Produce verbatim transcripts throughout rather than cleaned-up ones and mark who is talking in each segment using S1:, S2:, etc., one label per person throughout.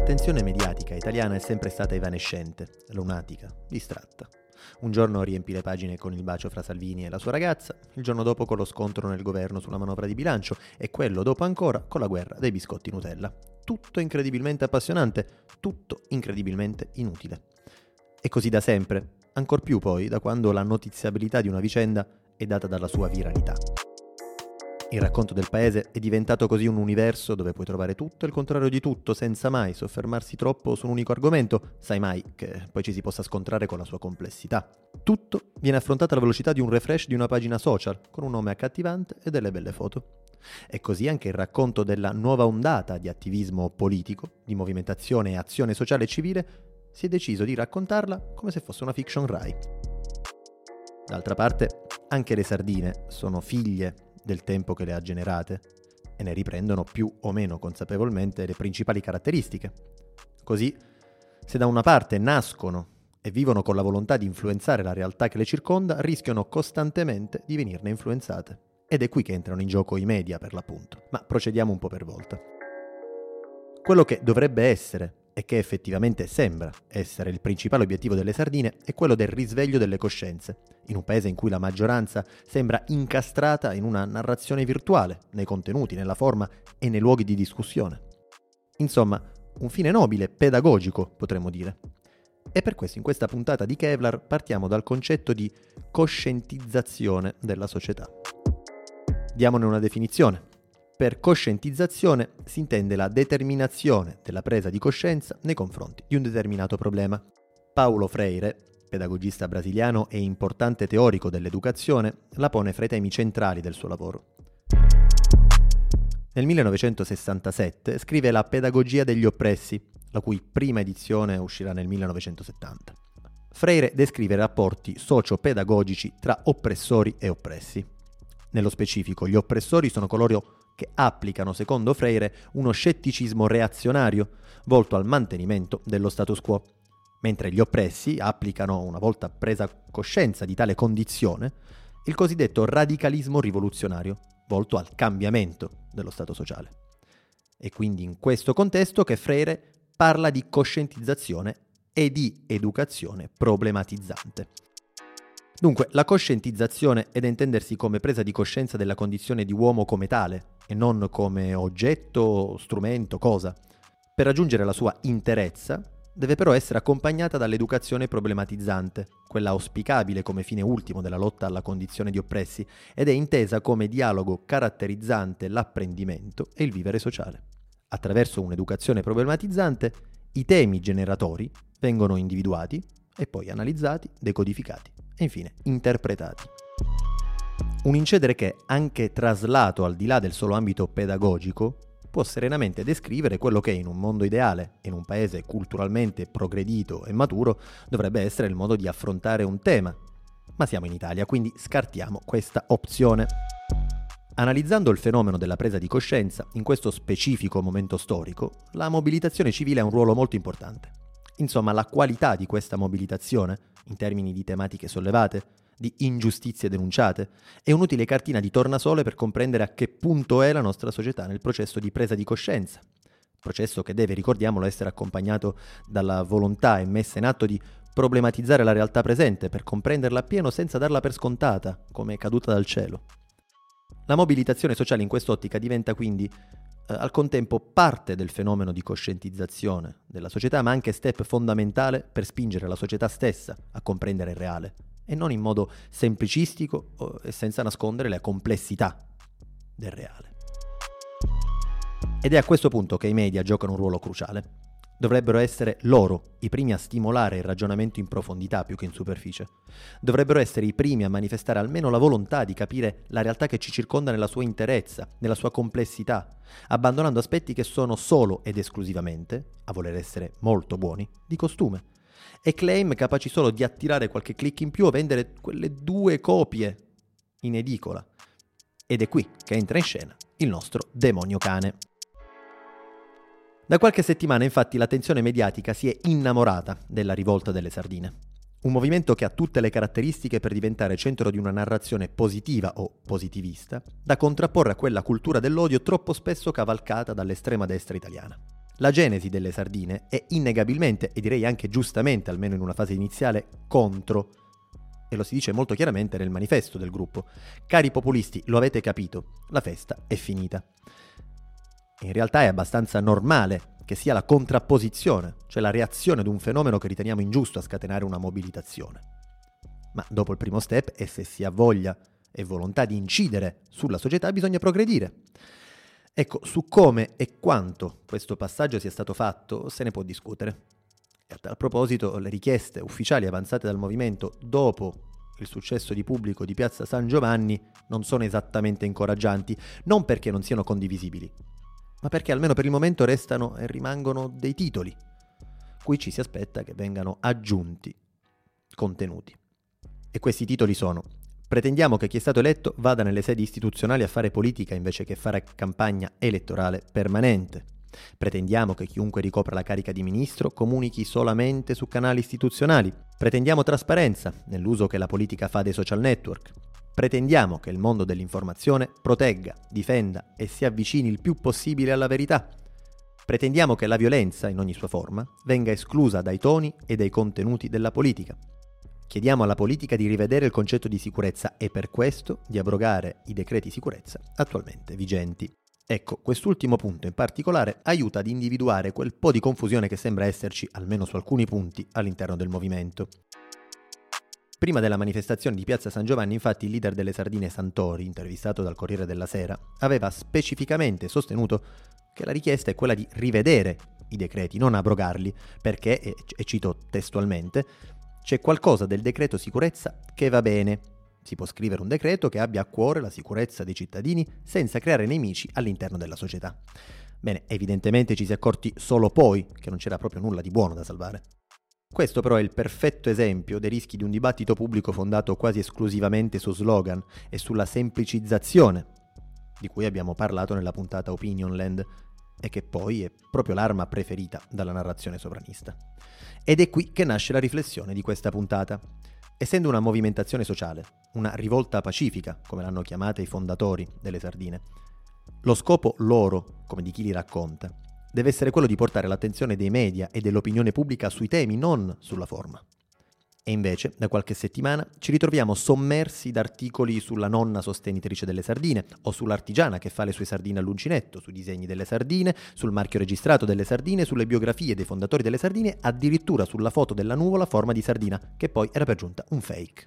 S1: L'attenzione mediatica italiana è sempre stata evanescente, lunatica, distratta. Un giorno riempì le pagine con il bacio fra Salvini e la sua ragazza, il giorno dopo con lo scontro nel governo sulla manovra di bilancio e quello dopo ancora con la guerra dei biscotti Nutella. Tutto incredibilmente appassionante, tutto incredibilmente inutile. E così da sempre, ancor più poi da quando la notiziabilità di una vicenda è data dalla sua viralità. Il racconto del paese è diventato così un universo dove puoi trovare tutto e il contrario di tutto senza mai soffermarsi troppo su un unico argomento, sai mai che poi ci si possa scontrare con la sua complessità. Tutto viene affrontato alla velocità di un refresh di una pagina social, con un nome accattivante e delle belle foto. E così anche il racconto della nuova ondata di attivismo politico, di movimentazione e azione sociale e civile, si è deciso di raccontarla come se fosse una fiction Rai. D'altra parte, anche le sardine sono figlie del tempo che le ha generate e ne riprendono più o meno consapevolmente le principali caratteristiche. Così, se da una parte nascono e vivono con la volontà di influenzare la realtà che le circonda, rischiano costantemente di venirne influenzate. Ed è qui che entrano in gioco i media, per l'appunto. Ma procediamo un po' per volta. Quello che dovrebbe essere, e che effettivamente sembra essere il principale obiettivo delle sardine, è quello del risveglio delle coscienze, in un paese in cui la maggioranza sembra incastrata in una narrazione virtuale, nei contenuti, nella forma e nei luoghi di discussione. Insomma, un fine nobile, pedagogico, potremmo dire. E per questo in questa puntata di Kevlar partiamo dal concetto di coscientizzazione della società. Diamone una definizione. Per coscientizzazione si intende la determinazione della presa di coscienza nei confronti di un determinato problema. Paulo Freire, pedagogista brasiliano e importante teorico dell'educazione, la pone fra i temi centrali del suo lavoro. Nel millenovecentosessantasette scrive La pedagogia degli oppressi, la cui prima edizione uscirà nel millenovecentosettanta. Freire descrive rapporti socio-pedagogici tra oppressori e oppressi. Nello specifico, gli oppressori sono coloro che applicano, secondo Freire, uno scetticismo reazionario volto al mantenimento dello status quo, mentre gli oppressi applicano, una volta presa coscienza di tale condizione, il cosiddetto radicalismo rivoluzionario, volto al cambiamento dello stato sociale. È quindi in questo contesto che Freire parla di coscientizzazione e di educazione problematizzante. Dunque, la coscientizzazione è da intendersi come presa di coscienza della condizione di uomo come tale, e non come oggetto, strumento, cosa. Per raggiungere la sua interezza, deve però essere accompagnata dall'educazione problematizzante, quella auspicabile come fine ultimo della lotta alla condizione di oppressi, ed è intesa come dialogo caratterizzante l'apprendimento e il vivere sociale. Attraverso un'educazione problematizzante, i temi generatori vengono individuati e poi analizzati, decodificati e infine interpretati. Un incedere che, anche traslato al di là del solo ambito pedagogico, può serenamente descrivere quello che in un mondo ideale, in un paese culturalmente progredito e maturo, dovrebbe essere il modo di affrontare un tema. Ma siamo in Italia, quindi scartiamo questa opzione. Analizzando il fenomeno della presa di coscienza, in questo specifico momento storico, la mobilitazione civile ha un ruolo molto importante. Insomma, la qualità di questa mobilitazione, in termini di tematiche sollevate, di ingiustizie denunciate, è un'utile cartina di tornasole per comprendere a che punto è la nostra società nel processo di presa di coscienza. Processo che deve, ricordiamolo, essere accompagnato dalla volontà e messa in atto di problematizzare la realtà presente per comprenderla appieno senza darla per scontata, come caduta dal cielo. La mobilitazione sociale in quest'ottica diventa quindi eh, al contempo parte del fenomeno di coscientizzazione della società, ma anche step fondamentale per spingere la società stessa a comprendere il reale, e non in modo semplicistico e senza nascondere la complessità del reale. Ed è a questo punto che i media giocano un ruolo cruciale. Dovrebbero essere loro i primi a stimolare il ragionamento in profondità più che in superficie. Dovrebbero essere i primi a manifestare almeno la volontà di capire la realtà che ci circonda nella sua interezza, nella sua complessità, abbandonando aspetti che sono solo ed esclusivamente, a voler essere molto buoni, di costume, e claim capaci solo di attirare qualche click in più o vendere quelle due copie in edicola. Ed è qui che entra in scena il nostro demonio cane. Da qualche settimana infatti l'attenzione mediatica si è innamorata della rivolta delle sardine. Un movimento che ha tutte le caratteristiche per diventare centro di una narrazione positiva o positivista, da contrapporre a quella cultura dell'odio troppo spesso cavalcata dall'estrema destra italiana. La genesi delle sardine è innegabilmente, e direi anche giustamente, almeno in una fase iniziale, contro. E lo si dice molto chiaramente nel manifesto del gruppo. Cari populisti, lo avete capito, la festa è finita. In realtà è abbastanza normale che sia la contrapposizione, cioè la reazione ad un fenomeno che riteniamo ingiusto a scatenare una mobilitazione. Ma dopo il primo step, e se si ha voglia e volontà di incidere sulla società, bisogna progredire. Ecco, su come e quanto questo passaggio sia stato fatto se ne può discutere. E a tal proposito, le richieste ufficiali avanzate dal movimento dopo il successo di pubblico di Piazza San Giovanni non sono esattamente incoraggianti, non perché non siano condivisibili, ma perché almeno per il momento restano e rimangono dei titoli, cui ci si aspetta che vengano aggiunti contenuti. E questi titoli sono: pretendiamo che chi è stato eletto vada nelle sedi istituzionali a fare politica invece che fare campagna elettorale permanente. Pretendiamo che chiunque ricopra la carica di ministro comunichi solamente su canali istituzionali. Pretendiamo trasparenza nell'uso che la politica fa dei social network. Pretendiamo che il mondo dell'informazione protegga, difenda e si avvicini il più possibile alla verità. Pretendiamo che la violenza, in ogni sua forma, venga esclusa dai toni e dai contenuti della politica. Chiediamo alla politica di rivedere il concetto di sicurezza e per questo di abrogare i decreti sicurezza attualmente vigenti. Ecco, quest'ultimo punto in particolare aiuta ad individuare quel po' di confusione che sembra esserci, almeno su alcuni punti, all'interno del movimento. Prima della manifestazione di Piazza San Giovanni, infatti, il leader delle sardine Santori, intervistato dal Corriere della Sera, aveva specificamente sostenuto che la richiesta è quella di rivedere i decreti, non abrogarli, perché, e, e cito testualmente, c'è qualcosa del decreto sicurezza che va bene. Si può scrivere un decreto che abbia a cuore la sicurezza dei cittadini senza creare nemici all'interno della società. Bene, evidentemente ci si è accorti solo poi che non c'era proprio nulla di buono da salvare. Questo però è il perfetto esempio dei rischi di un dibattito pubblico fondato quasi esclusivamente su slogan e sulla semplicizzazione, di cui abbiamo parlato nella puntata Opinionland, e che poi è proprio l'arma preferita dalla narrazione sovranista. Ed è qui che nasce la riflessione di questa puntata. Essendo una movimentazione sociale, una rivolta pacifica, come l'hanno chiamata i fondatori delle sardine, lo scopo loro, come di chi li racconta, deve essere quello di portare l'attenzione dei media e dell'opinione pubblica sui temi, non sulla forma. E invece, da qualche settimana, ci ritroviamo sommersi da articoli sulla nonna sostenitrice delle sardine, o sull'artigiana che fa le sue sardine all'uncinetto, sui disegni delle sardine, sul marchio registrato delle sardine, sulle biografie dei fondatori delle sardine, addirittura sulla foto della nuvola a forma di sardina, che poi era per giunta un fake.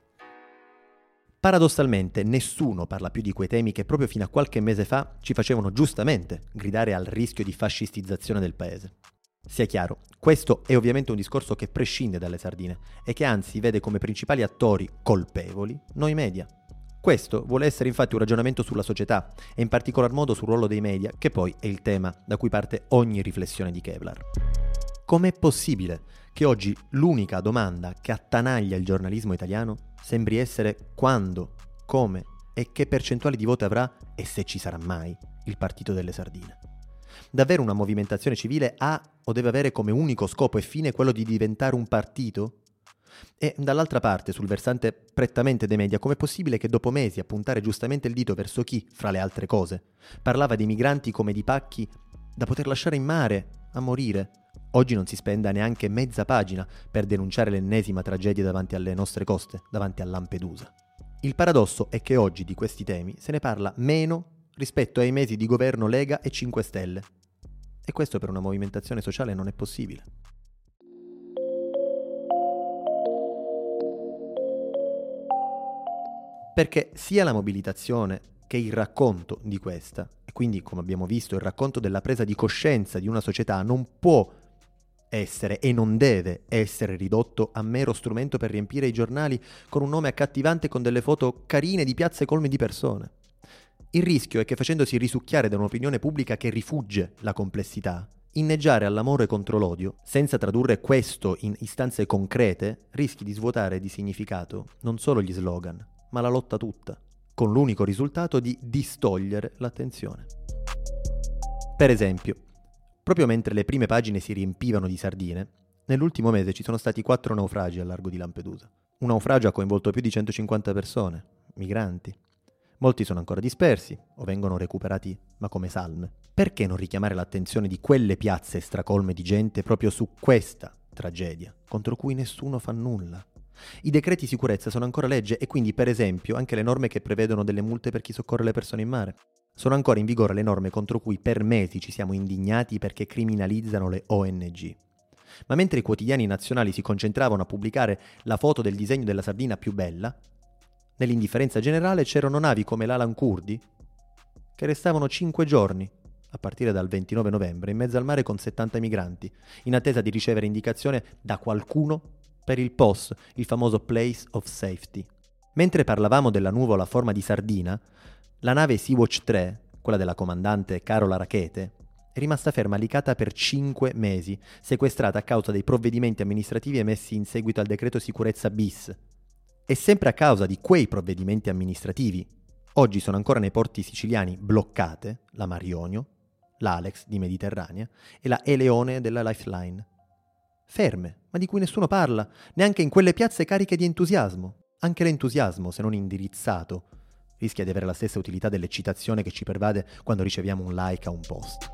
S1: Paradossalmente, nessuno parla più di quei temi che proprio fino a qualche mese fa ci facevano giustamente gridare al rischio di fascistizzazione del paese. Sia chiaro, questo è ovviamente un discorso che prescinde dalle sardine e che anzi vede come principali attori colpevoli noi media. Questo vuole essere infatti un ragionamento sulla società e in particolar modo sul ruolo dei media, che poi è il tema da cui parte ogni riflessione di Kevlar. Com'è possibile che oggi l'unica domanda che attanaglia il giornalismo italiano sembri essere quando, come e che percentuale di voto avrà e se ci sarà mai il partito delle sardine? Davvero una movimentazione civile ha o deve avere come unico scopo e fine quello di diventare un partito? E dall'altra parte, sul versante prettamente dei media, com'è possibile che dopo mesi a puntare giustamente il dito verso chi, fra le altre cose, parlava dei migranti come di pacchi da poter lasciare in mare a morire, oggi non si spenda neanche mezza pagina per denunciare l'ennesima tragedia davanti alle nostre coste, davanti a Lampedusa? Il paradosso è che oggi di questi temi se ne parla meno rispetto ai mesi di governo Lega e cinque Stelle. E questo per una movimentazione sociale non è possibile. Perché sia la mobilitazione che il racconto di questa, e quindi come abbiamo visto il racconto della presa di coscienza di una società, non può essere e non deve essere ridotto a mero strumento per riempire i giornali con un nome accattivante e con delle foto carine di piazze colme di persone. Il rischio è che, facendosi risucchiare da un'opinione pubblica che rifugge la complessità, inneggiare all'amore contro l'odio, senza tradurre questo in istanze concrete, rischi di svuotare di significato non solo gli slogan, ma la lotta tutta, con l'unico risultato di distogliere l'attenzione. Per esempio, proprio mentre le prime pagine si riempivano di sardine, nell'ultimo mese ci sono stati quattro naufragi al largo di Lampedusa. Un naufragio ha coinvolto più di centocinquanta persone, migranti. Molti sono ancora dispersi o vengono recuperati ma come salme. Perché non richiamare l'attenzione di quelle piazze stracolme di gente proprio su questa tragedia, contro cui nessuno fa nulla? I decreti sicurezza sono ancora legge e quindi, per esempio, anche le norme che prevedono delle multe per chi soccorre le persone in mare. Sono ancora in vigore le norme contro cui per mesi ci siamo indignati perché criminalizzano le O N G. Ma mentre i quotidiani nazionali si concentravano a pubblicare la foto del disegno della sardina più bella, nell'indifferenza generale c'erano navi come l'Alan Kurdi che restavano cinque giorni, a partire dal ventinove novembre, in mezzo al mare con settanta migranti, in attesa di ricevere indicazione da qualcuno per il P O S, il famoso Place of Safety. Mentre parlavamo della nuvola a forma di sardina, la nave Sea-Watch tre, quella della comandante Carola Rackete, è rimasta ferma a Licata per cinque mesi, sequestrata a causa dei provvedimenti amministrativi emessi in seguito al decreto sicurezza bis. E sempre a causa di quei provvedimenti amministrativi, oggi sono ancora nei porti siciliani bloccate la Marionio, l'Alex di Mediterranea e la Eleone della Lifeline. Ferme, ma di cui nessuno parla, neanche in quelle piazze cariche di entusiasmo. Anche l'entusiasmo, se non indirizzato, rischia di avere la stessa utilità dell'eccitazione che ci pervade quando riceviamo un like a un post.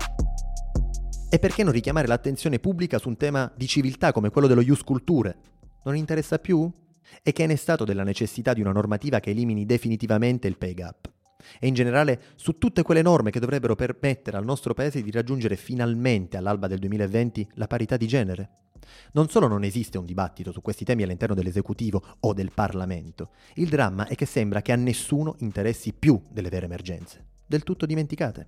S1: E perché non richiamare l'attenzione pubblica su un tema di civiltà come quello dello ius culturae? Non interessa più? E che ne è stato della necessità di una normativa che elimini definitivamente il pay gap? E in generale su tutte quelle norme che dovrebbero permettere al nostro paese di raggiungere finalmente all'alba del duemilaventi la parità di genere? Non solo non esiste un dibattito su questi temi all'interno dell'esecutivo o del Parlamento, il dramma è che sembra che a nessuno interessi più delle vere emergenze, del tutto dimenticate.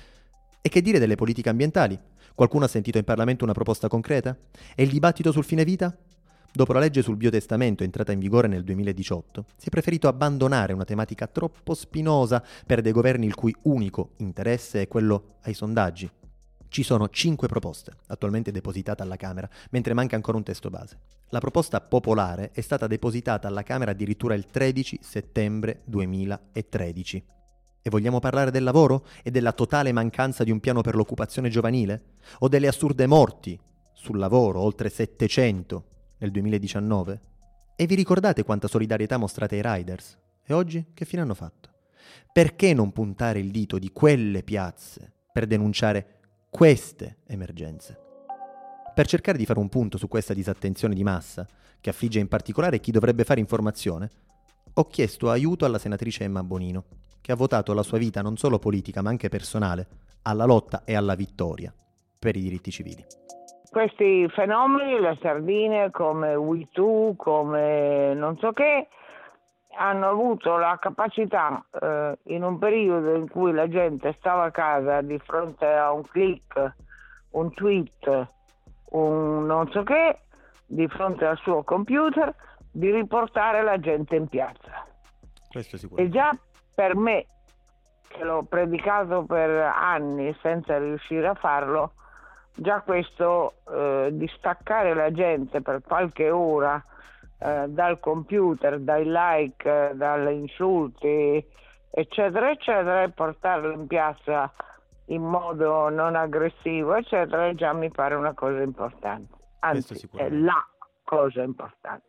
S1: E che dire delle politiche ambientali? Qualcuno ha sentito in Parlamento una proposta concreta? E il dibattito sul fine vita? Dopo la legge sul biotestamento entrata in vigore nel duemiladiciotto, si è preferito abbandonare una tematica troppo spinosa per dei governi il cui unico interesse è quello ai sondaggi. Ci sono cinque proposte, attualmente depositate alla Camera, mentre manca ancora un testo base. La proposta popolare è stata depositata alla Camera addirittura il tredici settembre duemilatredici. E vogliamo parlare del lavoro e della totale mancanza di un piano per l'occupazione giovanile? O delle assurde morti sul lavoro, oltre settecento nel duemiladiciannove? E vi ricordate quanta solidarietà mostrate ai riders? E oggi che fine hanno fatto? Perché non puntare il dito di quelle piazze per denunciare queste emergenze? Per cercare di fare un punto su questa disattenzione di massa, che affligge in particolare chi dovrebbe fare informazione, ho chiesto aiuto alla senatrice Emma Bonino, che ha votato la sua vita non solo politica ma anche personale alla lotta e alla vittoria per i diritti civili.
S2: Questi fenomeni, le sardine come We Too, come non so che, hanno avuto la capacità eh, in un periodo in cui la gente stava a casa di fronte a un click, un tweet, un non so che, di fronte al suo computer, di riportare la gente in piazza.
S1: Questo sicuramente.
S2: E già per me, che l'ho predicato per anni senza riuscire a farlo, già questo eh, di staccare la gente per qualche ora eh, dal computer, dai like, eh, dagli insulti, eccetera, eccetera, e portarlo in piazza in modo non aggressivo, eccetera, già mi pare una cosa importante. Anzi, è la cosa importante.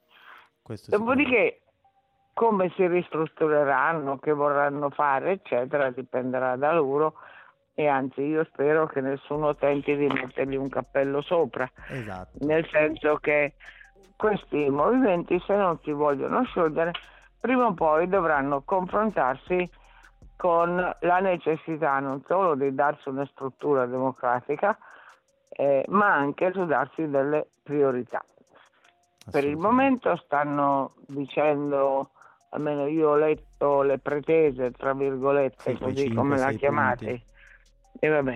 S1: Questo
S2: Dopodiché, come si ristruttureranno, che vorranno fare, eccetera, dipenderà da loro. E anzi io spero che nessuno tenti di mettergli un cappello sopra,
S1: esatto.
S2: Nel senso che questi movimenti, se non si vogliono sciogliere, prima o poi dovranno confrontarsi con la necessità non solo di darsi una struttura democratica, eh, ma anche di darsi delle priorità. Per il momento stanno dicendo, almeno io ho letto le pretese, tra virgolette,
S1: sì,
S2: così
S1: cinque,
S2: come la chiamate, punti. E vabbè,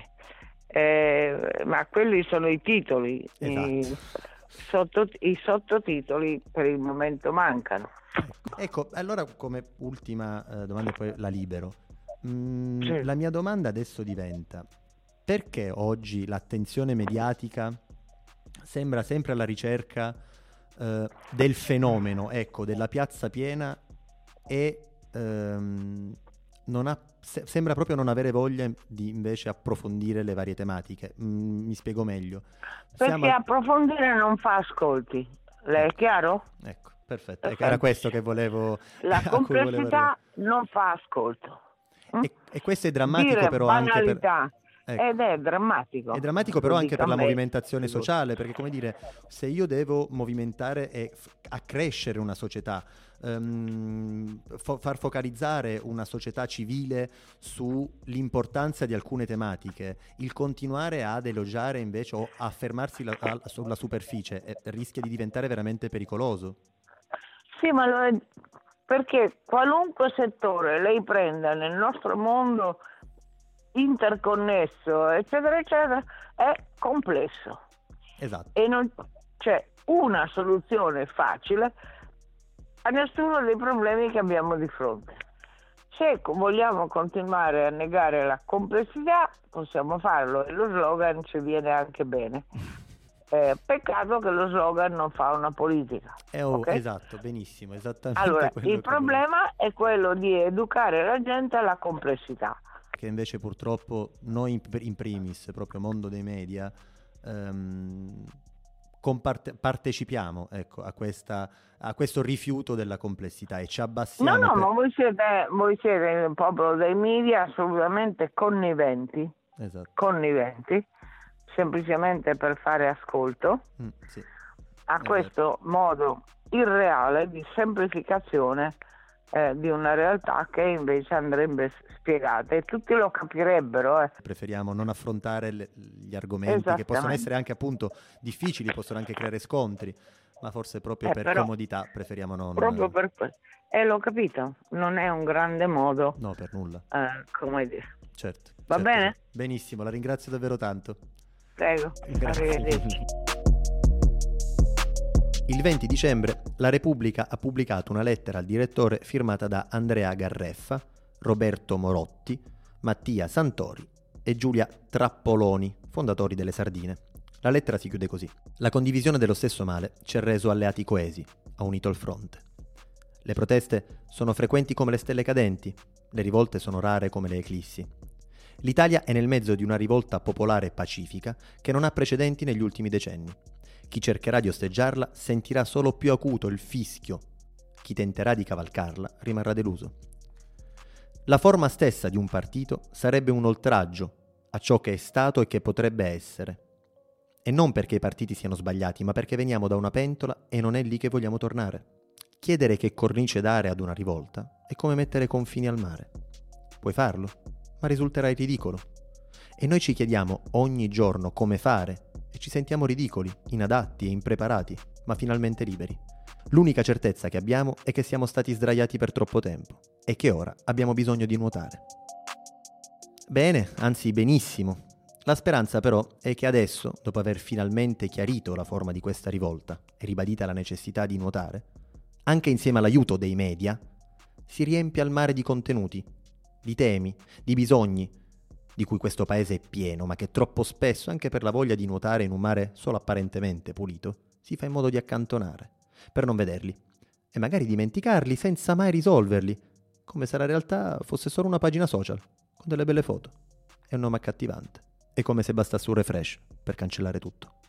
S2: eh, ma quelli sono i titoli,
S1: esatto.
S2: i, sotto, i sottotitoli per il momento mancano.
S1: Ecco, ecco allora come ultima eh, domanda, poi la libero. Mm,
S2: sì.
S1: La mia domanda adesso diventa: perché oggi l'attenzione mediatica sembra sempre alla ricerca eh, del fenomeno, ecco, della piazza piena e ehm, non ha Se- sembra proprio non avere voglia di invece approfondire le varie tematiche? Mm, mi spiego meglio.
S2: Perché
S1: Siamo a...
S2: approfondire non fa ascolti, le è chiaro?
S1: Ecco, perfetto. Ecco, era questo che volevo...
S2: La complessità
S1: volevo...
S2: non fa ascolto.
S1: E, e questo è drammatico
S2: Dire
S1: però
S2: banalità,
S1: anche per... Ecco.
S2: Ed è drammatico.
S1: È drammatico però anche per la movimentazione sociale, perché come dire, se io devo movimentare e f- accrescere una società, um, fo- far focalizzare una società civile sull'importanza di alcune tematiche, il continuare ad elogiare invece o a fermarsi la- a- sulla superficie eh, rischia di diventare veramente pericoloso.
S2: Sì, ma lo è, perché qualunque settore lei prenda nel nostro mondo interconnesso, eccetera, eccetera, è complesso.
S1: Esatto.
S2: E non c'è una soluzione facile a nessuno dei problemi che abbiamo di fronte. Se vogliamo continuare a negare la complessità, possiamo farlo e lo slogan ci viene anche bene. Eh, peccato che lo slogan non fa una politica.
S1: Eh, oh,
S2: okay?
S1: Esatto, benissimo, esattamente.
S2: Allora,
S1: quello
S2: il problema è quello di educare la gente alla complessità.
S1: Che invece purtroppo noi in primis, proprio mondo dei media, ehm, comparte- partecipiamo ecco, a, questa, a questo rifiuto della complessità e ci abbassiamo.
S2: No, no,
S1: per...
S2: ma voi siete, voi siete il popolo dei media assolutamente conniventi,
S1: esatto.
S2: conniventi, semplicemente per fare ascolto
S1: mm, sì.
S2: a questo modo irreale di semplificazione Eh, di una realtà che invece andrebbe spiegata e tutti lo capirebbero. Eh.
S1: Preferiamo non affrontare le, gli argomenti che possono essere anche appunto difficili, possono anche creare scontri, ma forse proprio
S2: eh,
S1: per
S2: però,
S1: comodità preferiamo non...
S2: Proprio per questo. E eh, l'ho capito, non è un grande modo.
S1: No, per nulla.
S2: Eh, come dire.
S1: Certo.
S2: Va
S1: certo,
S2: bene?
S1: certo. Benissimo, la ringrazio davvero tanto.
S2: Prego.
S1: Grazie.
S2: Arrivederci.
S1: Il venti dicembre la Repubblica ha pubblicato una lettera al direttore firmata da Andrea Garreffa, Roberto Morotti, Mattia Santori e Giulia Trappoloni, fondatori delle Sardine. La lettera si chiude così. La condivisione dello stesso male ci ha reso alleati coesi, ha unito il fronte. Le proteste sono frequenti come le stelle cadenti, le rivolte sono rare come le eclissi. L'Italia è nel mezzo di una rivolta popolare pacifica che non ha precedenti negli ultimi decenni. Chi cercherà di osteggiarla sentirà solo più acuto il fischio. Chi tenterà di cavalcarla rimarrà deluso. La forma stessa di un partito sarebbe un oltraggio a ciò che è stato e che potrebbe essere. E non perché i partiti siano sbagliati, ma perché veniamo da una pentola e non è lì che vogliamo tornare. Chiedere che cornice dare ad una rivolta è come mettere confini al mare. Puoi farlo, ma risulterai ridicolo. E noi ci chiediamo ogni giorno come fare e ci sentiamo ridicoli, inadatti e impreparati, ma finalmente liberi. L'unica certezza che abbiamo è che siamo stati sdraiati per troppo tempo e che ora abbiamo bisogno di nuotare. Bene, anzi benissimo. La speranza però è che adesso, dopo aver finalmente chiarito la forma di questa rivolta e ribadita la necessità di nuotare, anche insieme all'aiuto dei media, si riempia il mare di contenuti, di temi, di bisogni, di cui questo paese è pieno, ma che troppo spesso, anche per la voglia di nuotare in un mare solo apparentemente pulito, si fa in modo di accantonare, per non vederli, e magari dimenticarli senza mai risolverli, come se la realtà fosse solo una pagina social, con delle belle foto, e un nome accattivante, e come se bastasse un refresh per cancellare tutto.